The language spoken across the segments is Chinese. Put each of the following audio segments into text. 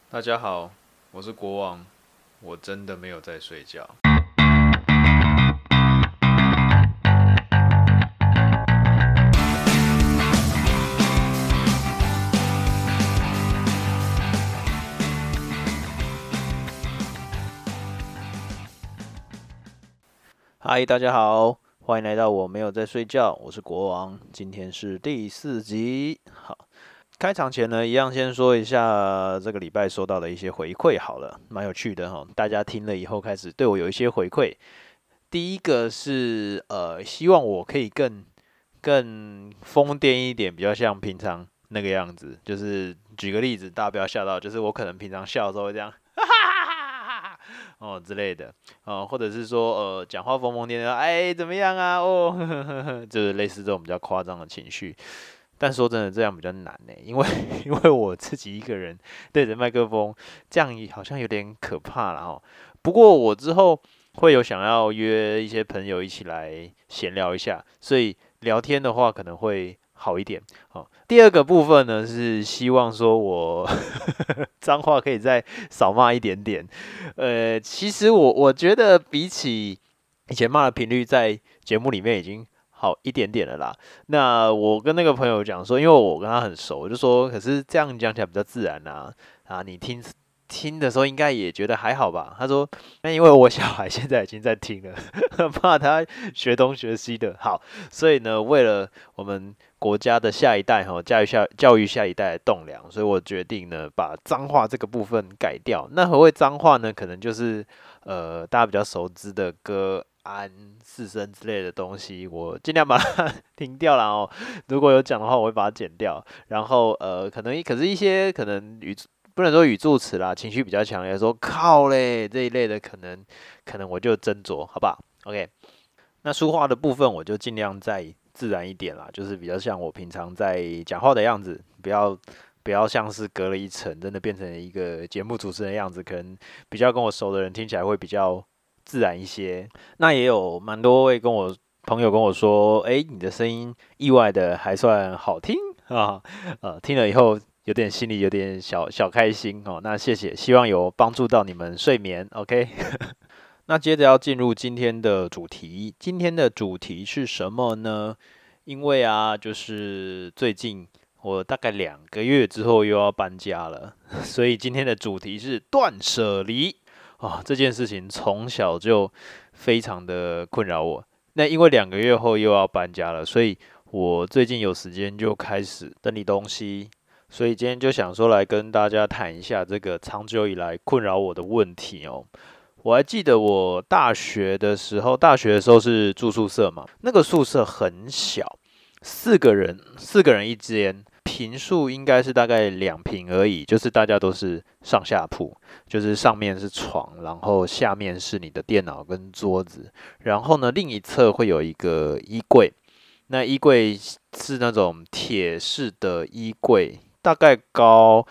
大家好，我是国王，我真的没有在睡觉。 嗨，大家好，欢迎来到我没有在睡觉，我是国王，今天是第4集。好，开场前呢，一样先说一下这个礼拜收到的一些回馈，好了，蛮有趣的哈。大家听了以后开始对我有一些回馈。第一个是希望我可以更疯癫一点，比较像平常那个样子。就是举个例子，大家不要吓到，就是我可能平常笑的时候会这样，哦之类的，或者是说讲话疯疯癫癫，哎怎么样啊？哦，呵呵呵呵，就是类似这种比较夸张的情绪。但说真的，这样比较难呢，因为因为我自己一个人对着麦克风，这样好像有点可怕了哈。不过我之后会有想要约一些朋友一起来闲聊一下，所以聊天的话可能会好一点。好，第二个部分呢是希望说我脏话可以再少骂一点点。其实我觉得比起以前骂的频率，在节目里面已经好一点点了啦。那我跟那个朋友讲说，因为我跟他很熟，我就说，可是这样讲起来比较自然啊，你听的时候应该也觉得还好吧？他说，那因为我小孩现在已经在听了，怕他学东学西的。好，所以呢，为了我们国家的下一代哈，教育下一代的栋梁，所以我决定呢，把脏话这个部分改掉。那何谓脏话呢？可能就是大家比较熟知的歌安、四声之类的东西，我尽量把它停掉了哦。如果有讲的话，我会把它剪掉。然后可是一些可能不能说语助词啦，情绪比较强烈，说靠嘞这一类的，可能我就斟酌，好不好？OK，那说话的部分我就尽量再自然一点啦，就是比较像我平常在讲话的样子，不要像是隔了一层，真的变成一个节目主持人的样子，可能比较跟我熟的人听起来会比较自然一些。那也有蛮多位朋友跟我说，你的声音意外的还算好听啊，听了以后心里有点小小开心哦。那谢谢，希望有帮助到你们睡眠，OK。那接着要进入今天的主题，今天的主题是什么呢？因为就是最近我大概2个月之后又要搬家了，所以今天的主题是断舍离这件事情从小就非常的困扰我。那因为2个月后又要搬家了，所以我最近有时间就开始整理东西，所以今天就想说来跟大家谈一下这个长久以来困扰我的问题哦。我还记得我大学的时候是住宿舍嘛，那个宿舍很小，四个人一间，平数应该是大概2平而已，就是大家都是上下铺，就是上面是床，然后下面是你的电脑跟桌子，然后呢另一侧会有一个衣柜，那衣柜是那种铁式的衣柜，大概高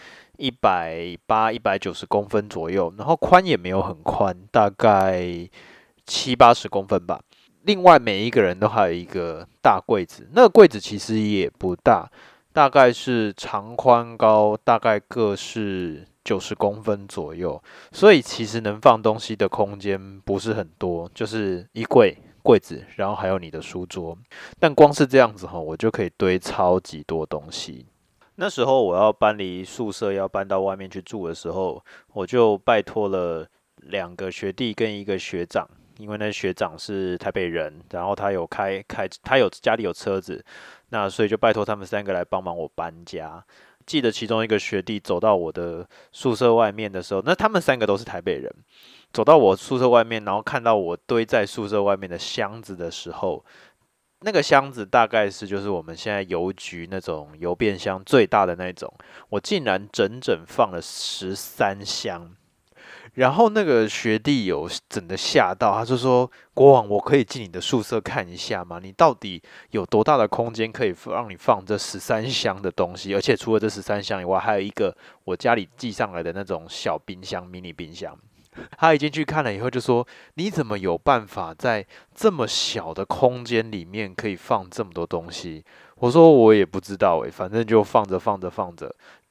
180、190公分左右，然后宽也没有很宽，大概70-80公分吧。另外每一个人都还有一个大柜子，那个柜子其实也不大，大概是长宽高大概各是90公分左右，所以其实能放东西的空间不是很多，就是衣柜、柜子，然后还有你的书桌。但光是这样子我就可以堆超级多东西。那时候我要搬离宿舍，要搬到外面去住的时候，我就拜托了2个学弟跟一个学长，因为那学长是台北人，然后他有家里有车子，那所以就拜托他们3个来帮忙我搬家。记得其中一个学弟走到我的宿舍外面的时候，那他们3个都是台北人，走到我宿舍外面，然后看到我堆在宿舍外面的箱子的时候，那个箱子大概就是我们现在邮局那种邮便箱最大的那种，我竟然整整放了13箱。然后那个学弟有真的吓到，他就说：“国王，我可以进你的宿舍看一下吗？你到底有多大的空间可以让你放这13箱的东西？而且除了这13箱以外，还有一个我家里寄上来的那种小冰箱、迷你冰箱。”他一进去看了以后就说：“你怎么有办法在这么小的空间里面可以放这么多东西？”我说：“我也不知道反正就放着放着放着。”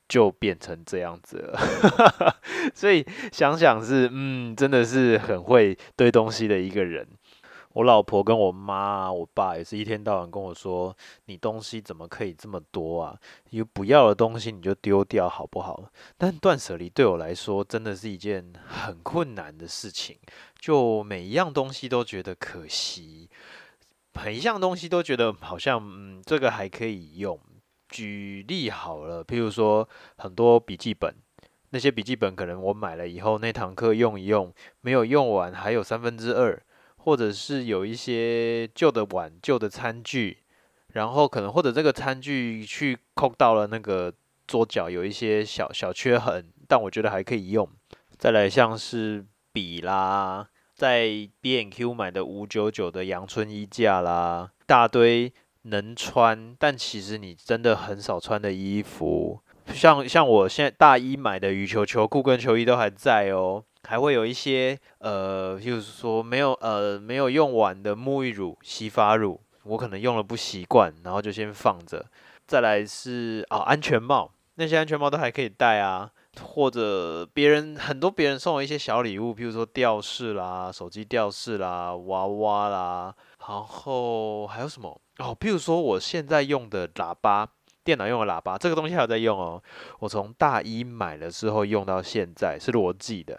就变成这样子了。所以想想是，真的是很会堆东西的一个人。我老婆跟我妈啊，我爸也是一天到晚跟我说：“你东西怎么可以这么多啊？有不要的东西你就丢掉好不好？”但断舍离对我来说真的是一件很困难的事情，就每一样东西都觉得可惜，每一样东西都觉得好像这个还可以用。举例好了，譬如说很多笔记本。那些笔记本可能我买了以后，那堂课用一用，没有用完，还有2/3，或者是有一些旧的碗、旧的餐具，然后可能或者这个餐具去扣到了那个桌角，有一些小小缺痕，但我觉得还可以用。再来像是笔啦，在 B&Q 买的599的阳春衣架啦，大堆能穿，但其实你真的很少穿的衣服，像我现在大一买的羽球球裤跟球衣都还在哦，还会有一些譬如说没有用完的沐浴乳、洗发乳，我可能用了不习惯，然后就先放着。再来是安全帽，那些安全帽都还可以戴啊，或者很多别人送我一些小礼物，譬如说吊饰啦、手机吊饰啦、娃娃啦，然后还有什么譬如说我现在用的喇叭。电脑用的喇叭，这个东西还有在用哦。我从大一买了之后用到现在，是罗技的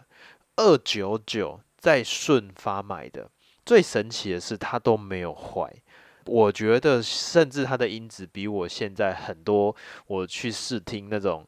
299，在顺发买的。最神奇的是它都没有坏，我觉得甚至它的音质比我现在很多我去试听那种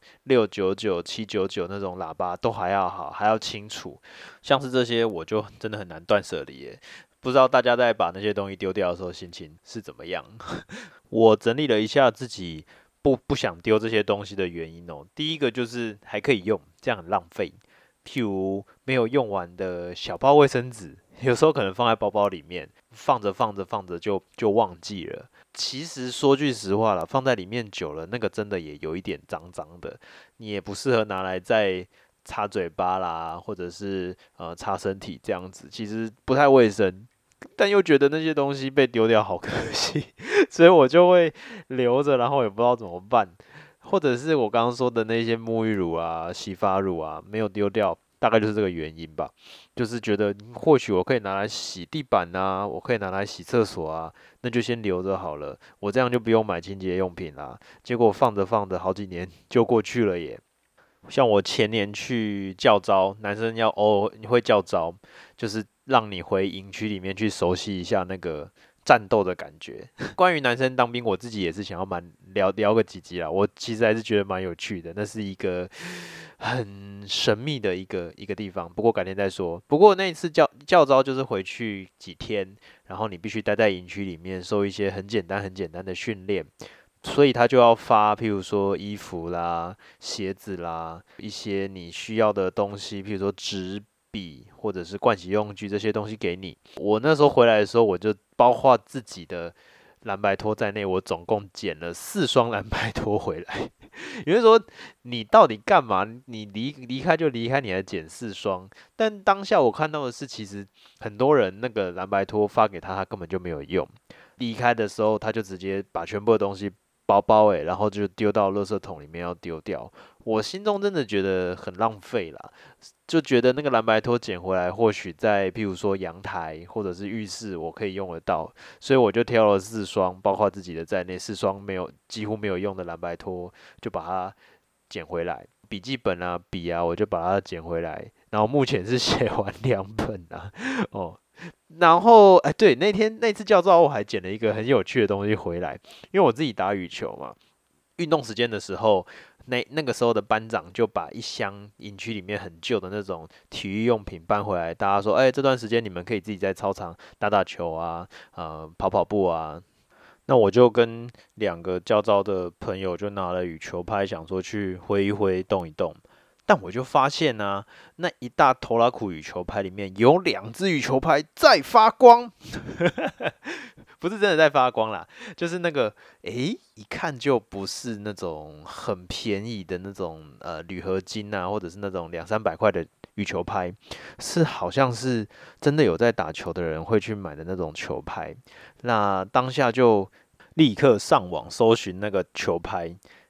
699、799那种喇叭都还要好，还要清楚。像是这些我就真的很难断舍离耶。不知道大家在把那些东西丢掉的时候心情是怎么样？我整理了一下自己不想丢这些东西的原因哦。第一个就是还可以用，这样很浪费。譬如没有用完的小包卫生纸，有时候可能放在包包里面，放着放着放着就忘记了。其实说句实话啦，放在里面久了，那个真的也有一点脏脏的，你也不适合拿来再擦嘴巴啦，或者是擦身体这样子，其实不太卫生。但又觉得那些东西被丢掉好可惜，所以我就会留着，然后也不知道怎么办。或者是我刚刚说的那些沐浴乳啊、洗发乳啊，没有丢掉，大概就是这个原因吧。就是觉得或许我可以拿来洗地板啊，我可以拿来洗厕所啊，那就先留着好了。我这样就不用买清洁用品啦。结果放着放着，好几年就过去了耶。像我前年去教招，男生你会教招，就是让你回营区里面去熟悉一下那个战斗的感觉。关于男生当兵，我自己也是想要聊个几集啦。我其实还是觉得蛮有趣的，那是一个很神秘的一个地方。不过改天再说。不过那一次教招就是回去几天，然后你必须待在营区里面受一些很简单的训练。所以他就要发，譬如说衣服啦、鞋子啦，一些你需要的东西，譬如说纸笔或者是盥洗用具这些东西给你。我那时候回来的时候，我就包括自己的蓝白拖在内，我总共捡了4双蓝白拖回来。有人说你到底干嘛？你离开就离开，你还捡4双？但当下我看到的是，其实很多人那个蓝白拖发给他，他根本就没有用。离开的时候，他就直接把全部的东西包然后就丢到垃圾桶里面要丢掉。我心中真的觉得很浪费啦，就觉得那个蓝白拖捡回来，或许在譬如说阳台或者是浴室，我可以用得到，所以我就挑了4双，包括自己的在内，4双几乎没有用的蓝白拖，就把它捡回来。笔记本啊、笔啊，我就把它捡回来，然后目前是写完2本啊，哦。然后，对，那次教招我还捡了一个很有趣的东西回来，因为我自己打羽球嘛，运动时间的时候，那个时候的班长就把一箱营区里面很旧的那种体育用品搬回来，大家说，这段时间你们可以自己在操场打打球啊，跑跑步啊。那我就跟2个教招的朋友就拿了羽球拍，想说去挥一挥、动一动。但我就发现啊，那一大头拉苦羽球拍里面有2只羽球拍在发光，不是真的在发光啦，就是那个一看就不是那种很便宜的那种铝合金啊，或者是那种200-300块的羽球拍，是好像是真的有在打球的人会去买的那种球拍。那当下就立刻上网搜寻那个球拍。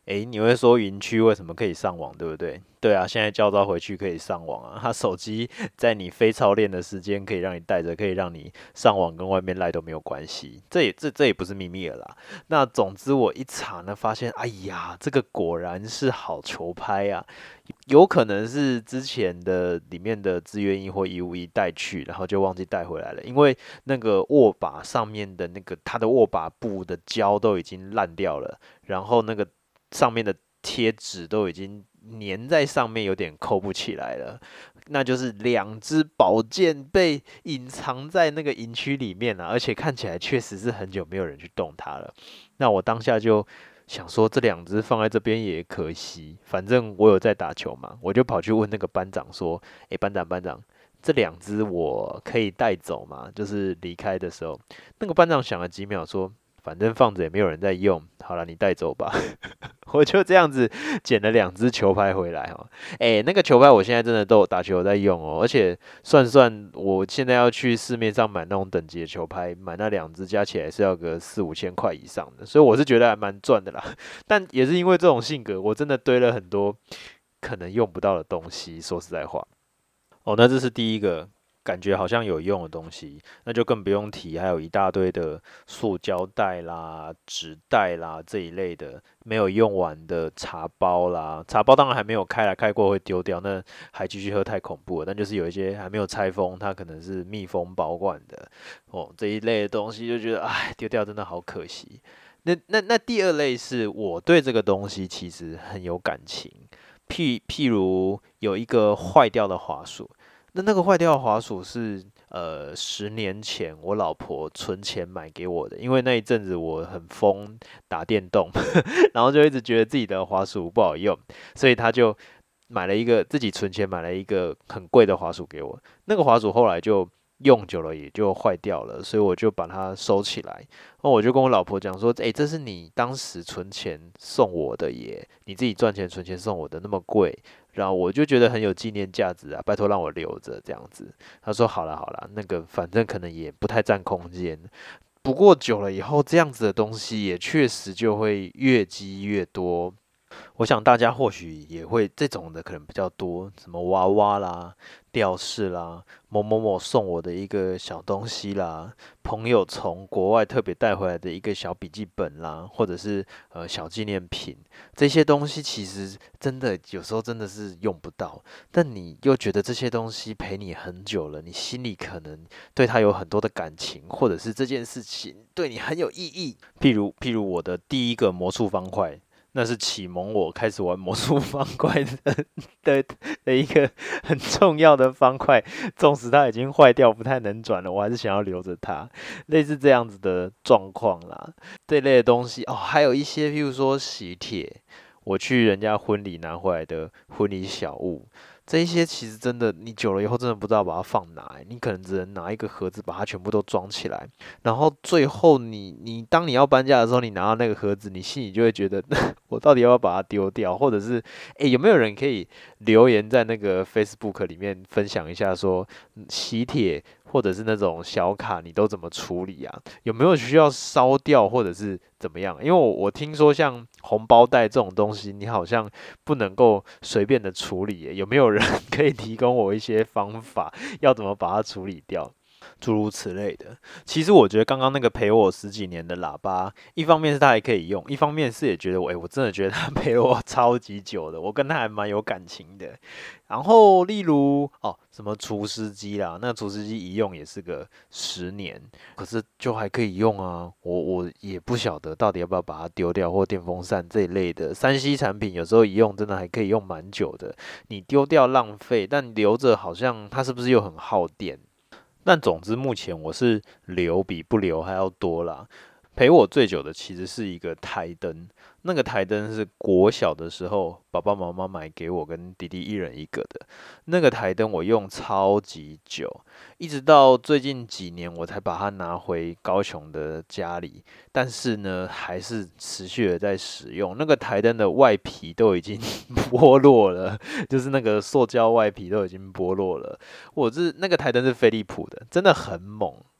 你会说云区为什么可以上网，对不对？对啊，现在教招回去可以上网啊，他手机在你非操练的时间可以让你带着，可以让你上网跟外面赖都没有关系，这也不是秘密了啦。那总之我一查呢，发现哎呀，这个果然是好球拍啊，有可能是之前的里面的自愿役或义务役带去，然后就忘记带回来了，因为那个握把上面的那个它的握把布的胶都已经烂掉了。然后那个上面的贴纸都已经粘在上面，有点扣不起来了。那就是两支宝剑被隐藏在那个营区里面了，而且看起来确实是很久没有人去动它了。那我当下就想说，这两只放在这边也可惜，反正我有在打球嘛，我就跑去问那个班长说：班长，这两只我可以带走吗？就是离开的时候，那个班长想了几秒说：反正放着也没有人在用，好了，你带走吧。我就这样子捡了两只球拍回来哦。那个球拍我现在真的都有打球有在用哦，而且算我现在要去市面上买那种等级的球拍，买那两只加起来是要个4、5千块以上的，所以我是觉得还蛮赚的啦。但也是因为这种性格，我真的堆了很多可能用不到的东西。说实在话，那这是第一个感觉好像有用的东西，那就更不用提，还有一大堆的塑胶袋啦、纸袋啦这一类的没有用完的茶包啦。茶包当然还没有开过会丢掉，那还继续喝太恐怖了。但就是有一些还没有拆封，它可能是密封保管的这一类的东西，就觉得哎，丢掉真的好可惜。那第二类是我对这个东西其实很有感情，譬如有一个坏掉的滑鼠。那个坏掉的滑鼠是10年前我老婆存钱买给我的，因为那一阵子我很疯打电动，然后就一直觉得自己的滑鼠不好用，所以她就买了一个自己存钱买了一个很贵的滑鼠给我。那个滑鼠后来就用久了也就坏掉了，所以我就把它收起来。然后我就跟我老婆讲说，这是你当时存钱送我的耶，你自己赚钱存钱送我的，那么贵。然后我就觉得很有纪念价值啊，拜托让我留着这样子。他说好啦，那个反正可能也不太占空间。不过久了以后，这样子的东西也确实就会越积越多。我想大家或许也会这种的可能比较多，什么娃娃啦、吊饰啦、某某某送我的一个小东西啦，朋友从国外特别带回来的一个小笔记本啦，或者是小纪念品，这些东西其实真的有时候真的是用不到，但你又觉得这些东西陪你很久了，你心里可能对它有很多的感情，或者是这件事情对你很有意义。譬如我的第一个魔术方块。那是启蒙我开始玩魔术方块的一个很重要的方块，纵使它已经坏掉不太能转了，我还是想要留着它。类似这样子的状况啦，这类的东西还有一些譬如说喜帖，我去人家婚礼拿回来的婚礼小物。这一些其实真的，你久了以后真的不知道把它放哪，你可能只能拿一个盒子把它全部都装起来，然后最后当你要搬家的时候，你拿到那个盒子，你心里就会觉得，我到底要不要把它丢掉，或者是，有没有人可以留言在那个 Facebook 里面分享一下说，喜帖或者是那种小卡你都怎么处理啊？有没有需要烧掉或者是怎么样？因为我听说像红包袋这种东西，你好像不能够随便的处理耶，有没有人可以提供我一些方法，要怎么把它处理掉？诸如此类的。其实我觉得刚刚那个陪我十几年的喇叭，一方面是它还可以用，一方面是也觉得我真的觉得它陪了我超级久的，我跟它还蛮有感情的。然后例如什么除湿机啦，那除湿机一用也是个10年，可是就还可以用啊。我也不晓得到底要不要把它丢掉，或电风扇这一类的3C 产品，有时候一用真的还可以用蛮久的。你丢掉浪费，但留着好像它是不是又很耗电？但总之，目前我是留比不留还要多啦。陪我最久的其实是一个台灯，那个台灯是国小的时候爸爸妈妈买给我跟弟弟一人一个的。那个台灯我用超级久，一直到最近几年我才把它拿回高雄的家里，但是呢，还是持续的在使用。那个台灯的外皮都已经剥落了，就是那个塑胶外皮都已经剥落了。那个台灯是飞利浦的，真的很猛。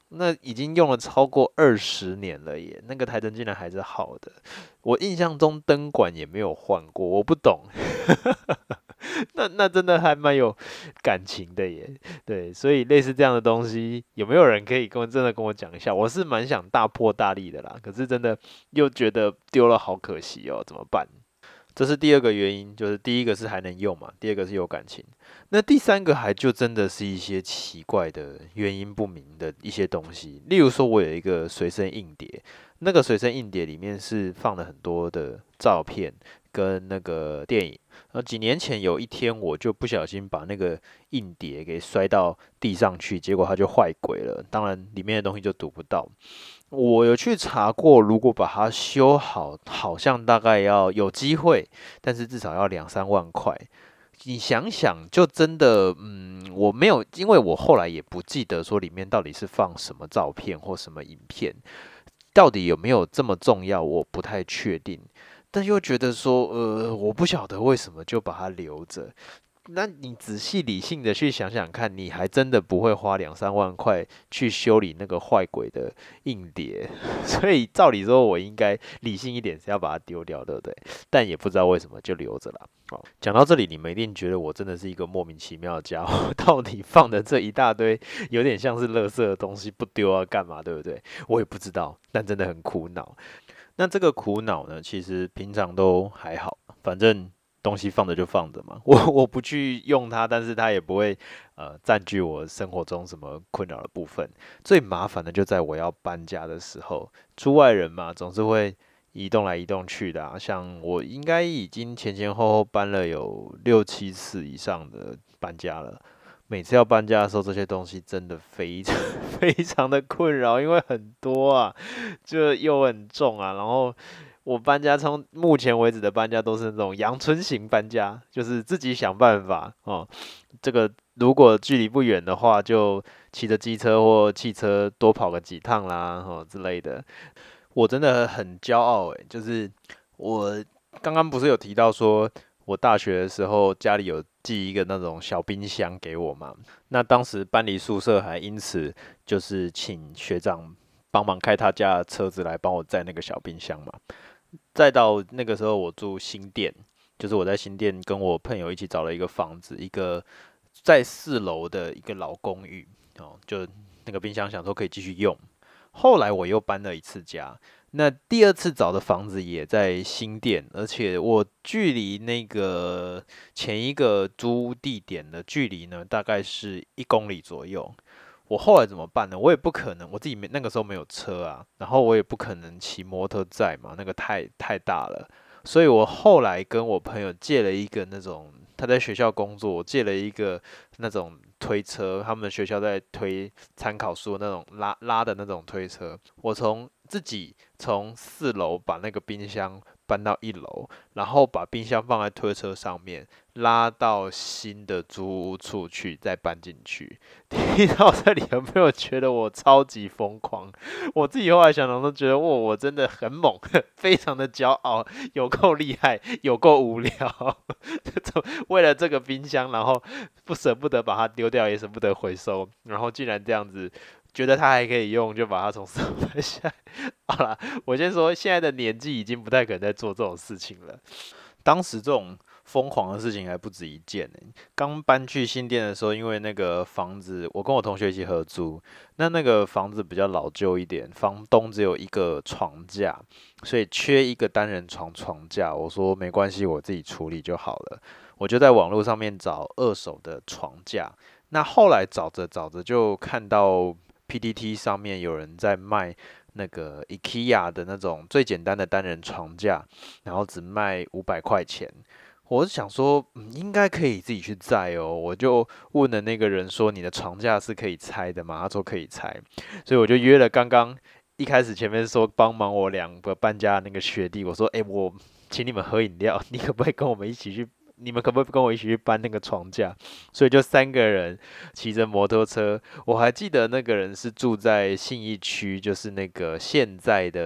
那已经用了超过20年了耶，那个台灯竟然还是好的。我印象中灯管也没有换过，我不懂。那真的还蛮有感情的耶。对，所以类似这样的东西，有没有人可以真的跟我讲一下？我是蛮想大破大立的啦，可是真的又觉得丢了好可惜哦，怎么办？这是第二个原因，就是第一个是还能用嘛，第二个是有感情。那第三个还就真的是一些奇怪的原因不明的一些东西，例如说我有一个随身硬碟，那个随身硬碟里面是放了很多的照片跟那个电影。几年前有一天我就不小心把那个硬碟给摔到地上去，结果它就坏鬼了，当然里面的东西就读不到。我有去查过，如果把它修好，好像大概要有机会，但是至少要2、3万块。你想想，就真的，我没有，因为我后来也不记得说里面到底是放什么照片或什么影片，到底有没有这么重要，我不太确定。但又觉得说，我不晓得为什么就把它留着。那你仔细理性的去想想看，你还真的不会花2、3万块去修理那个坏鬼的硬碟，所以照理说我应该理性一点，是要把它丢掉，对不对？但也不知道为什么就留着了。好，讲到这里，你们一定觉得我真的是一个莫名其妙的家伙，到底放的这一大堆有点像是垃圾的东西不丢啊，干嘛，对不对？我也不知道，但真的很苦恼。那这个苦恼呢，其实平常都还好，反正东西放着就放着嘛，我不去用它，但是它也不会占据我生活中什么困扰的部分。最麻烦的就在我要搬家的时候，出外人嘛，总是会移动来移动去的啊。像我应该已经前前后后搬了有6、7次以上的搬家了。每次要搬家的时候，这些东西真的非常非常的困扰，因为很多啊，就又很重啊。然后我搬家从目前为止的搬家都是那种阳春型搬家，就是自己想办法哦。这个如果距离不远的话，就骑着机车或汽车多跑个几趟啦，哦之类的。我真的很骄傲诶，就是我刚刚不是有提到说，我大学的时候家里有寄一个那种小冰箱给我嘛，那当时搬离宿舍还因此就是请学长帮忙开他家的车子来帮我载那个小冰箱嘛。再到那个时候我住新店，就是我在新店跟我朋友一起找了一个房子，一个在4楼的一个老公寓哦，就那个冰箱想说可以继续用。后来我又搬了一次家，那第二次找的房子也在新店，而且我距离那个前一个租屋地点的距离呢，大概是1公里左右。我后来怎么办呢？我也不可能，我自己那个时候没有车啊，然后我也不可能骑摩托载嘛，那个太大了。所以我后来跟我朋友借了一个那种，他在学校工作，我借了一个那种推车，他们学校在推参考书的那种拉的那种推车。我自己从4楼把那个冰箱搬到1楼，然后把冰箱放在推车上面，拉到新的租屋处去，再搬进去。听到这里有没有觉得我超级疯狂？我自己后来想想都觉得，我真的很猛，非常的骄傲，有够厉害，有够无聊。为了这个冰箱，然后不舍不得把它丢掉，也舍不得回收，然后竟然这样子。觉得它还可以用，就把它从上搬下来。好啦，我先说，现在的年纪已经不太可能再做这种事情了。当时这种疯狂的事情还不止一件呢。刚搬去新店的时候，因为那个房子，我跟我同学一起合租，那个房子比较老旧一点，房东只有一个床架，所以缺一个单人床架。我说没关系，我自己处理就好了。我就在网络上面找二手的床架。那后来找着找着就看到 PTT 上面有人在卖那个 IKEA 的那种最简单的单人床架，然后只卖500块钱。我是想说，应该可以自己去载哦。我就问了那个人说：“你的床架是可以拆的吗？”他说可以拆，所以我就约了刚刚一开始前面说帮忙我2个搬家的那个学弟，我说：我请你们喝饮料，你可不可以跟我们一起去？你们可不可以跟我一起去搬那个床架？所以就3个人骑着摩托车。我还记得那个人是住在信义区，就是那个现在的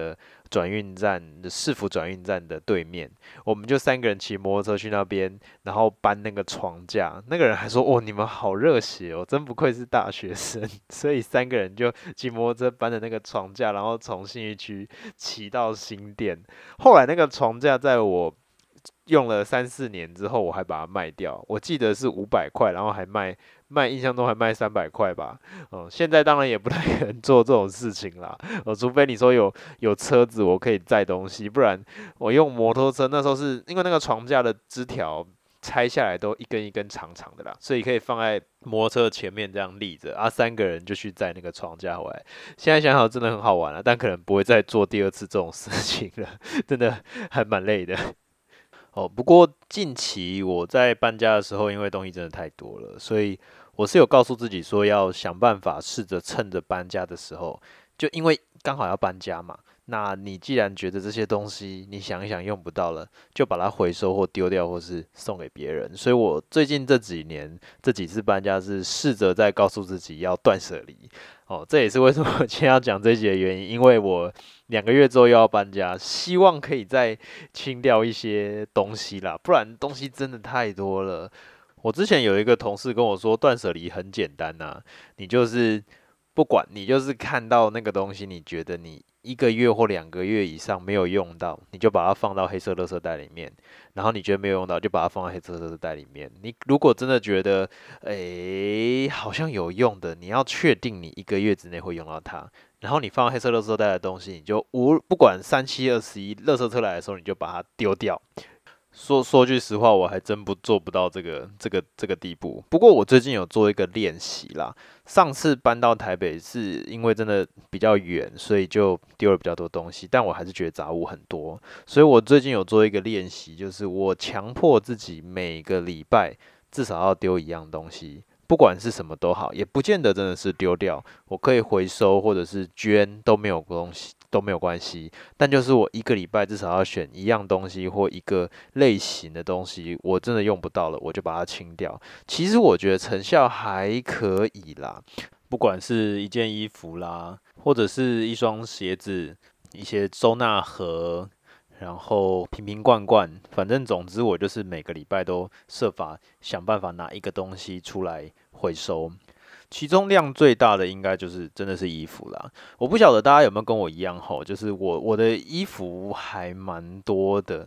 转运站的市府转运站的对面，我们就3个人骑摩托车去那边，然后搬那个床架。那个人还说：“哦，你们好热血哦，真不愧是大学生。”所以3个人就骑摩托车搬的那个床架，然后从信义区骑到新店。后来那个床架在我用了3、4年之后，我还把它卖掉。我记得是500块，然后还卖，印象中还卖300块吧。现在当然也不太可能做这种事情啦。除非你说有车子，我可以载东西，不然我用摩托车。那时候是因为那个床架的枝条拆下来都一根一根长长的啦，所以可以放在摩托车前面这样立着啊，3个人就去载那个床架回来。现在想想真的很好玩啊，但可能不会再做第2次这种事情了，真的还蛮累的。不过近期我在搬家的时候，因为东西真的太多了，所以我是有告诉自己说要想办法试着趁着搬家的时候，就因为刚好要搬家嘛，那你既然觉得这些东西你想一想用不到了，就把它回收或丢掉，或是送给别人。所以我最近这几年这几次搬家是试着在告诉自己要断舍离。这也是为什么我今天要讲这一集的原因，因为我2个月之后又要搬家，希望可以再清掉一些东西啦，不然东西真的太多了。我之前有一个同事跟我说，断舍离很简单啊，你就是不管你就是看到那个东西，你觉得你1个月或2个月以上没有用到，你就把它放到黑色垃圾袋里面。然后你觉得没有用到，就把它放在黑色垃圾袋里面。你如果真的觉得，好像有用的，你要确定你1个月之内会用到它。然后你放在黑色垃圾袋的东西，你就不管3、7、21，垃圾车来的时候你就把它丢掉。说句实话，我还真做不到这个地步。不过我最近有做一个练习啦。上次搬到台北是因为真的比较远，所以就丢了比较多东西，但我还是觉得杂物很多。所以我最近有做一个练习，就是我强迫自己每个礼拜至少要丢一样东西。不管是什么都好，也不见得真的是丢掉，我可以回收或者是捐都没有关系。但就是我1个礼拜至少要选一样东西或一个类型的东西，我真的用不到了，我就把它清掉。其实我觉得成效还可以啦，不管是一件衣服啦，或者是一双鞋子，一些收纳盒。然后瓶瓶罐罐，反正总之我就是每个礼拜都设法想办法拿一个东西出来回收。其中量最大的应该就是真的是衣服啦。我不晓得大家有没有跟我一样吼，就是我的衣服还蛮多的。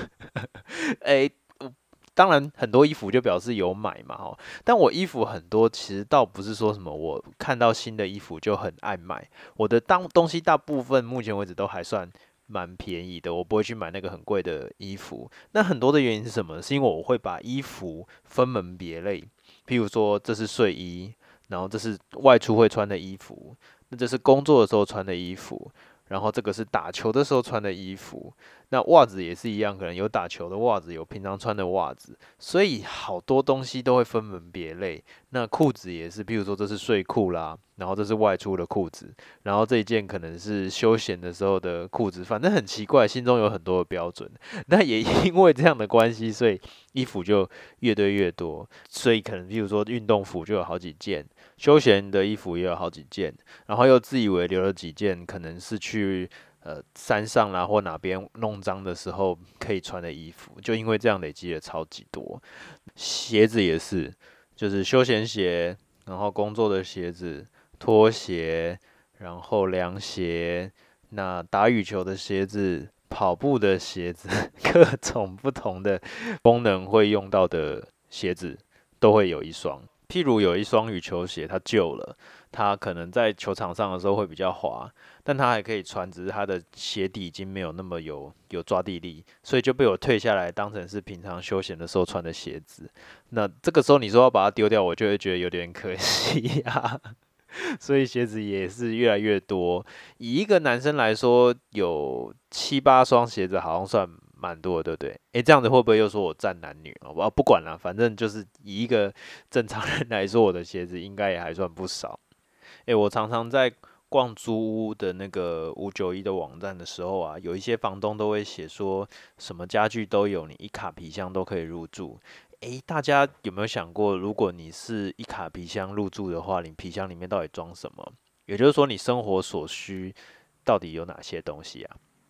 当然很多衣服就表示有买嘛吼，但我衣服很多，其实倒不是说什么我看到新的衣服就很爱买。我的东西大部分目前为止都还算蛮便宜的，我不会去买那个很贵的衣服。那很多的原因是什么？是因为我会把衣服分门别类，譬如说这是睡衣，然后这是外出会穿的衣服，那这是工作的时候穿的衣服，然后这个是打球的时候穿的衣服。那袜子也是一样，可能有打球的袜子，有平常穿的袜子，所以好多东西都会分门别类。那裤子也是，譬如说这是睡裤啦，然后这是外出的裤子，然后这一件可能是休闲的时候的裤子，反正很奇怪，心中有很多的标准。那也因为这样的关系，所以衣服就越堆越多。所以可能譬如说运动服就有好几件，休闲的衣服也有好几件，然后又自以为留了几件，可能是去山上啦或哪边弄脏的时候可以穿的衣服，就因为这样累积了超级多。鞋子也是，就是休闲鞋，然后工作的鞋子、拖鞋，然后凉鞋，那打羽球的鞋子、跑步的鞋子，各种不同的功能会用到的鞋子都会有一双。譬如有一双羽球鞋，它旧了，它可能在球场上的时候会比较滑，但它还可以穿，只是它的鞋底已经没有那么有抓地力，所以就被我退下来当成是平常休闲的时候穿的鞋子。那这个时候你说要把它丢掉，我就会觉得有点可惜啊。所以鞋子也是越来越多。以一个男生来说，有7、8双鞋子好像算蛮多的，对不对？这样子会不会又说我占男女？我不管啦，反正就是以一个正常人来说，我的鞋子应该也还算不少。我常常在逛租屋的那个591的网站的时候啊，有一些房东都会写说什么家具都有，你一卡皮箱都可以入住。大家有没有想过，如果你是一卡皮箱入住的话，你皮箱里面到底装什么？也就是说，你生活所需到底有哪些东西啊？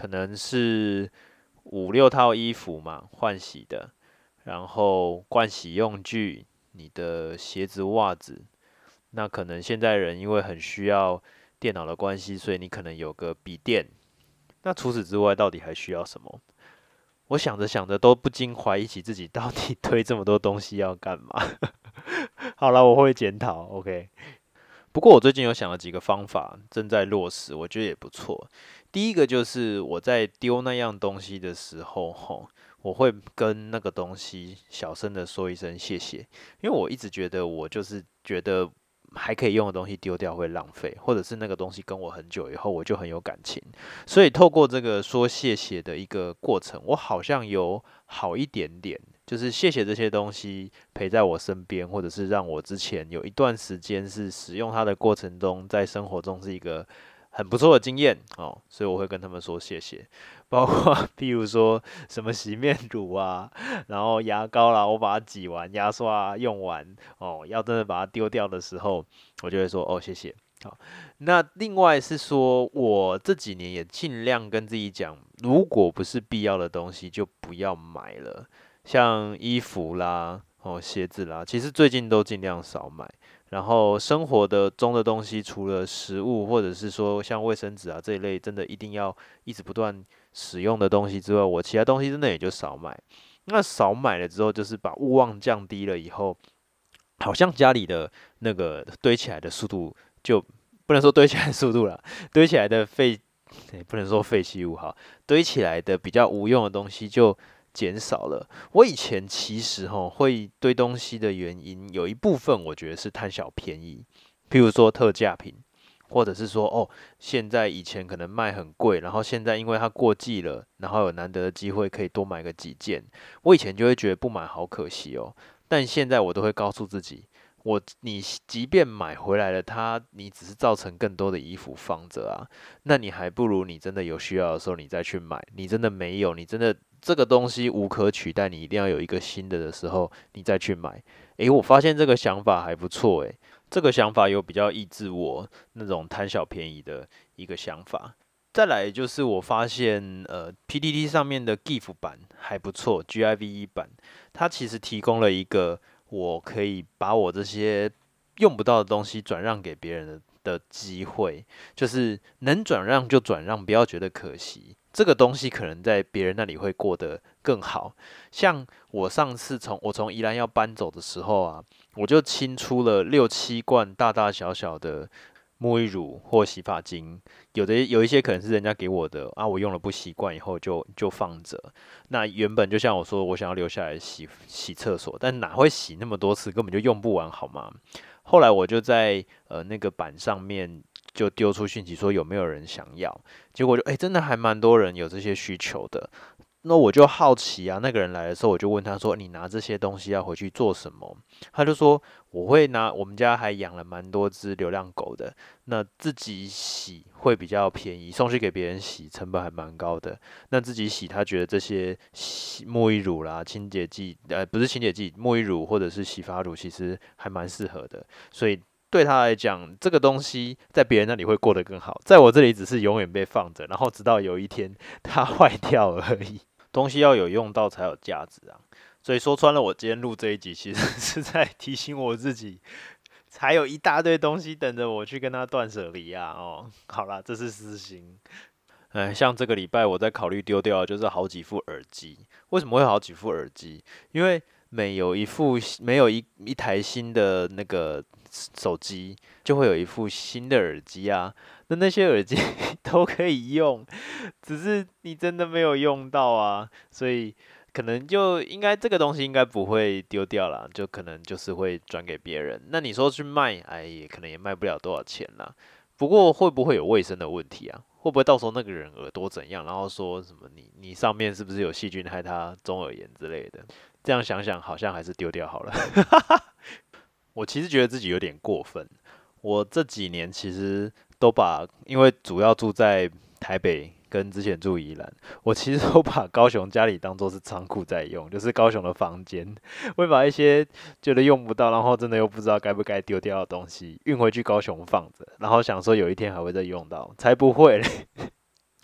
可能是5、6套衣服嘛，换洗的，然后盥洗用具，你的鞋子、袜子。那可能现在人因为很需要电脑的关系，所以你可能有个笔电。那除此之外，到底还需要什么？我想着想着都不禁怀疑起自己到底推这么多东西要干嘛。好了，我会检讨，OK。不过我最近有想了几个方法，正在落实，我觉得也不错。第一个就是我在丢那样东西的时候，吼，我会跟那个东西小声的说一声谢谢，因为我一直觉得我就是觉得还可以用的东西丢掉会浪费，或者是那个东西跟我很久以后我就很有感情，所以透过这个说谢谢的一个过程，我好像有好一点点。就是谢谢这些东西陪在我身边，或者是让我之前有一段时间是使用它的过程中，在生活中是一个很不错的经验哦，所以我会跟他们说谢谢，包括譬如说什么洗面乳啊，然后牙膏啦，我把它挤完，牙刷用完哦，要真的把它丢掉的时候，我就会说哦谢谢。好，那另外是说，我这几年也尽量跟自己讲，如果不是必要的东西，就不要买了。像衣服啦、鞋子啦，其实最近都尽量少买。然后生活中的东西，除了食物或者是说像卫生纸啊这一类，真的一定要一直不断使用的东西之外，我其他东西真的也就少买。那少买了之后，就是把欲望降低了以后，好像家里的那个堆起来的速度就不能说堆起来的速度啦，堆起来的不能说废弃物哈，堆起来的比较无用的东西就减少了。我以前其实会堆东西的原因，有一部分我觉得是贪小便宜，譬如说特价品，或者是说现在以前可能卖很贵，然后现在因为它过季了，然后有难得的机会可以多买个几件，我以前就会觉得不买好可惜哦。但现在我都会告诉自己，你即便买回来了它，你只是造成更多的衣服放着啊，那你还不如你真的有需要的时候你再去买。你真的没有，你真的这个东西无可取代，你一定要有一个新的时候，你再去买。我发现这个想法还不错这个想法有比较抑制我那种贪小便宜的一个想法。再来就是我发现PTT 上面的 GIF 版还不错，GIVE 版，它其实提供了一个我可以把我这些用不到的东西转让给别人的机会，就是能转让就转让，不要觉得可惜。这个东西可能在别人那里会过得更好。像我上次从宜兰要搬走的时候啊，我就清出了6、7罐大大小小的沐浴乳或洗发精，有一些可能是人家给我的啊，我用了不习惯以后就放着。那原本就像我说，我想要留下来洗厕所，但哪会洗那么多次，根本就用不完，好吗？后来我就在那个板上面就丢出讯息说有没有人想要，结果真的还蛮多人有这些需求的。那我就好奇啊，那个人来的时候，我就问他说：“你拿这些东西要回去做什么？”他就说：“我会拿，我们家还养了蛮多只流浪狗的，那自己洗会比较便宜，送去给别人洗成本还蛮高的。那自己洗，他觉得这些沐浴乳啦、清洁剂，不是清洁剂，沐浴乳或者是洗发乳，其实还蛮适合的。所以对他来讲，这个东西在别人那里会过得更好，在我这里只是永远被放着，然后直到有一天它坏掉而已。”东西要有用到才有价值啊，所以说穿了，我今天录这一集其实是在提醒我自己，还有一大堆东西等着我去跟他断舍离啊。好啦，这是私心。像这个礼拜我在考虑丢掉，就是好几副耳机。为什么会有好几副耳机？因为每有一台新的那个手机，就会有一副新的耳机啊。那些耳机都可以用，只是你真的没有用到啊，所以可能就应该这个东西应该不会丢掉啦，就可能就是会转给别人。那你说去卖，也可能也卖不了多少钱啦。不过会不会有卫生的问题啊？会不会到时候那个人耳朵怎样，然后说什么你上面是不是有细菌害他中耳炎之类的？这样想想好像还是丢掉好了。我其实觉得自己有点过分。我这几年其实因为主要住在台北，跟之前住宜兰，我其实都把高雄家里当做是仓库在用，就是高雄的房间，会把一些觉得用不到，然后真的又不知道该不该丢掉的东西运回去高雄放着，然后想说有一天还会再用到，才不会嘞。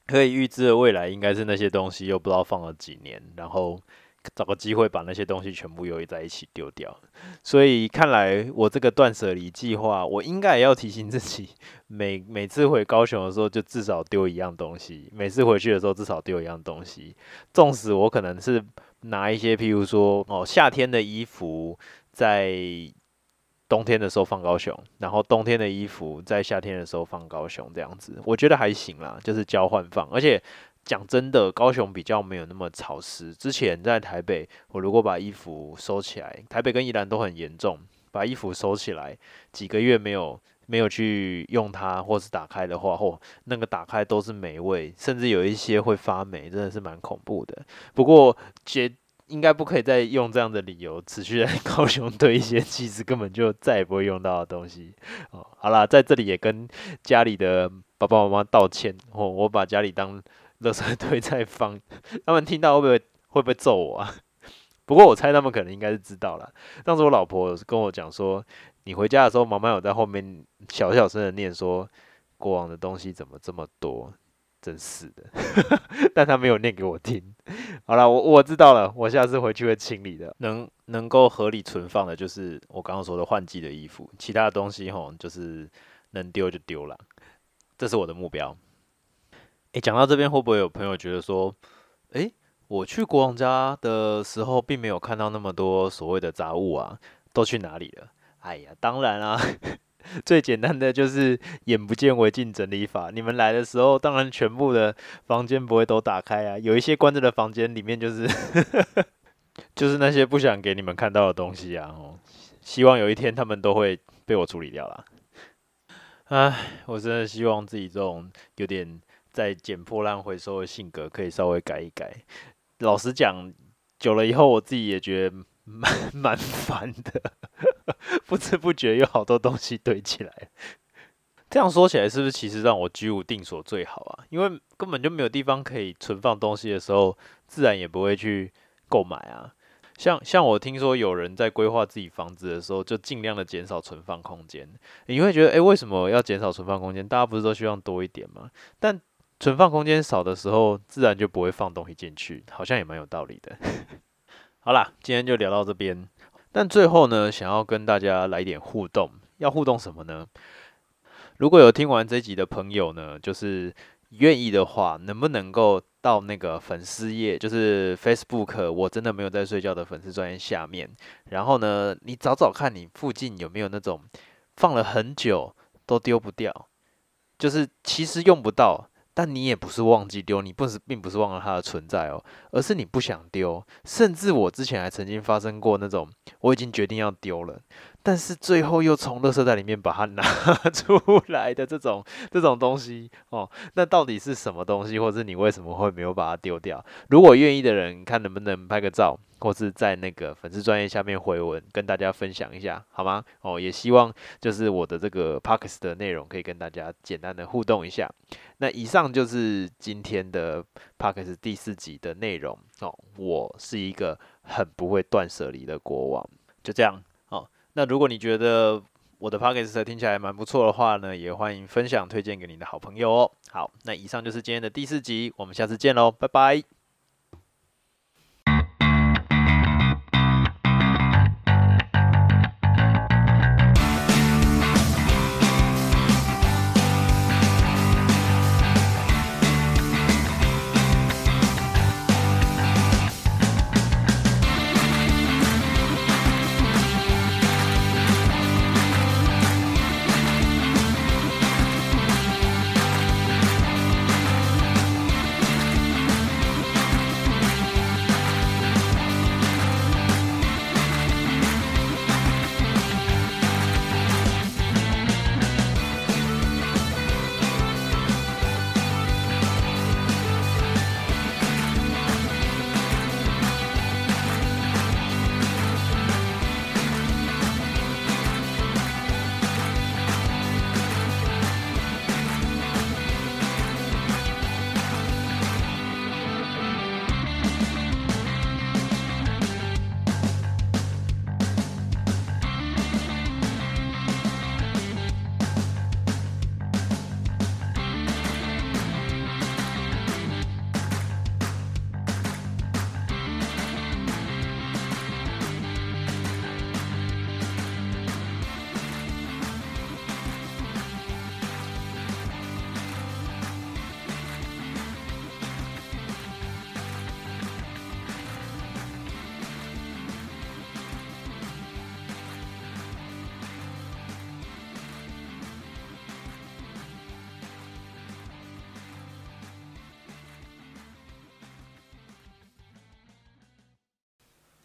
可以预知的未来应该是那些东西又不知道放了几年，然后找个机会把那些东西全部又在一起丢掉。所以看来我这个断舍离计划，我应该也要提醒自己，每次回高雄的时候就至少丢一样东西，每次回去的时候至少丢一样东西。纵使我可能是拿一些，譬如说夏天的衣服在冬天的时候放高雄，然后冬天的衣服在夏天的时候放高雄，这样子我觉得还行啦，就是交换放。而且讲真的，高雄比较没有那么潮湿。之前在台北，我如果把衣服收起来，台北跟宜兰都很严重，把衣服收起来几个月没有去用它，或是打开的话，那个打开都是霉味，甚至有一些会发霉，真的是蛮恐怖的。不过应该不可以再用这样的理由持续在高雄堆一些其实根本就再也不会用到的东西。好啦，在这里也跟家里的爸爸妈妈道歉。我把家里当垃圾堆在放，他们听到会不会揍我啊？不过我猜他们可能应该是知道啦。当时我老婆跟我讲说，你回家的时候，妈妈有在后面小小声的念说，过往的东西怎么这么多，真是的。但他没有念给我听。好啦，我知道了，我下次回去会清理的。能够合理存放的，就是我刚刚说的换季的衣服，其他的东西就是能丢就丢了，这是我的目标。讲到这边，会不会有朋友觉得说，我去国王家的时候，并没有看到那么多所谓的杂物啊，都去哪里了？哎呀，当然啦、最简单的就是眼不见为净整理法。你们来的时候，当然全部的房间不会都打开啊，有一些关着的房间里面就是就是那些不想给你们看到的东西啊。希望有一天他们都会被我处理掉啦。唉，我真的希望自己这种有点在捡破烂回收的性格可以稍微改一改。老实讲，久了以后我自己也觉得蛮烦的，不知不觉有好多东西堆起来。这样说起来，是不是其实让我居无定所最好啊？因为根本就没有地方可以存放东西的时候，自然也不会去购买啊。像我听说有人在规划自己房子的时候，就尽量的减少存放空间。你会觉得，为什么要减少存放空间？大家不是都希望多一点吗？但存放空间少的时候，自然就不会放东西进去，好像也蛮有道理的。好啦，今天就聊到这边。但最后呢，想要跟大家来点互动，要互动什么呢？如果有听完这集的朋友呢，就是愿意的话，能不能够到那个粉丝页，就是 Facebook，我真的没有在睡觉的粉丝专页下面，然后呢，你找找看你附近有没有那种放了很久都丢不掉，就是其实用不到，但你也不是忘记丢，你并不是忘了它的存在哦，而是你不想丢。甚至我之前还曾经发生过那种，我已经决定要丢了，但是最后又从垃圾袋里面把它拿出来的这种东西哦，那到底是什么东西，或是你为什么会没有把它丢掉？如果愿意的人，看能不能拍个照，或是在那个粉丝专页下面回文，跟大家分享一下，好吗？也希望就是我的这个 Podcast 的内容可以跟大家简单的互动一下。那以上就是今天的 Podcast 第4集的内容哦。我是一个很不会断舍离的国王，就这样哦。那如果你觉得我的 Podcast 听起来蛮不错的话呢，也欢迎分享推荐给你的好朋友哦。好，那以上就是今天的第4集，我们下次见喽，拜拜。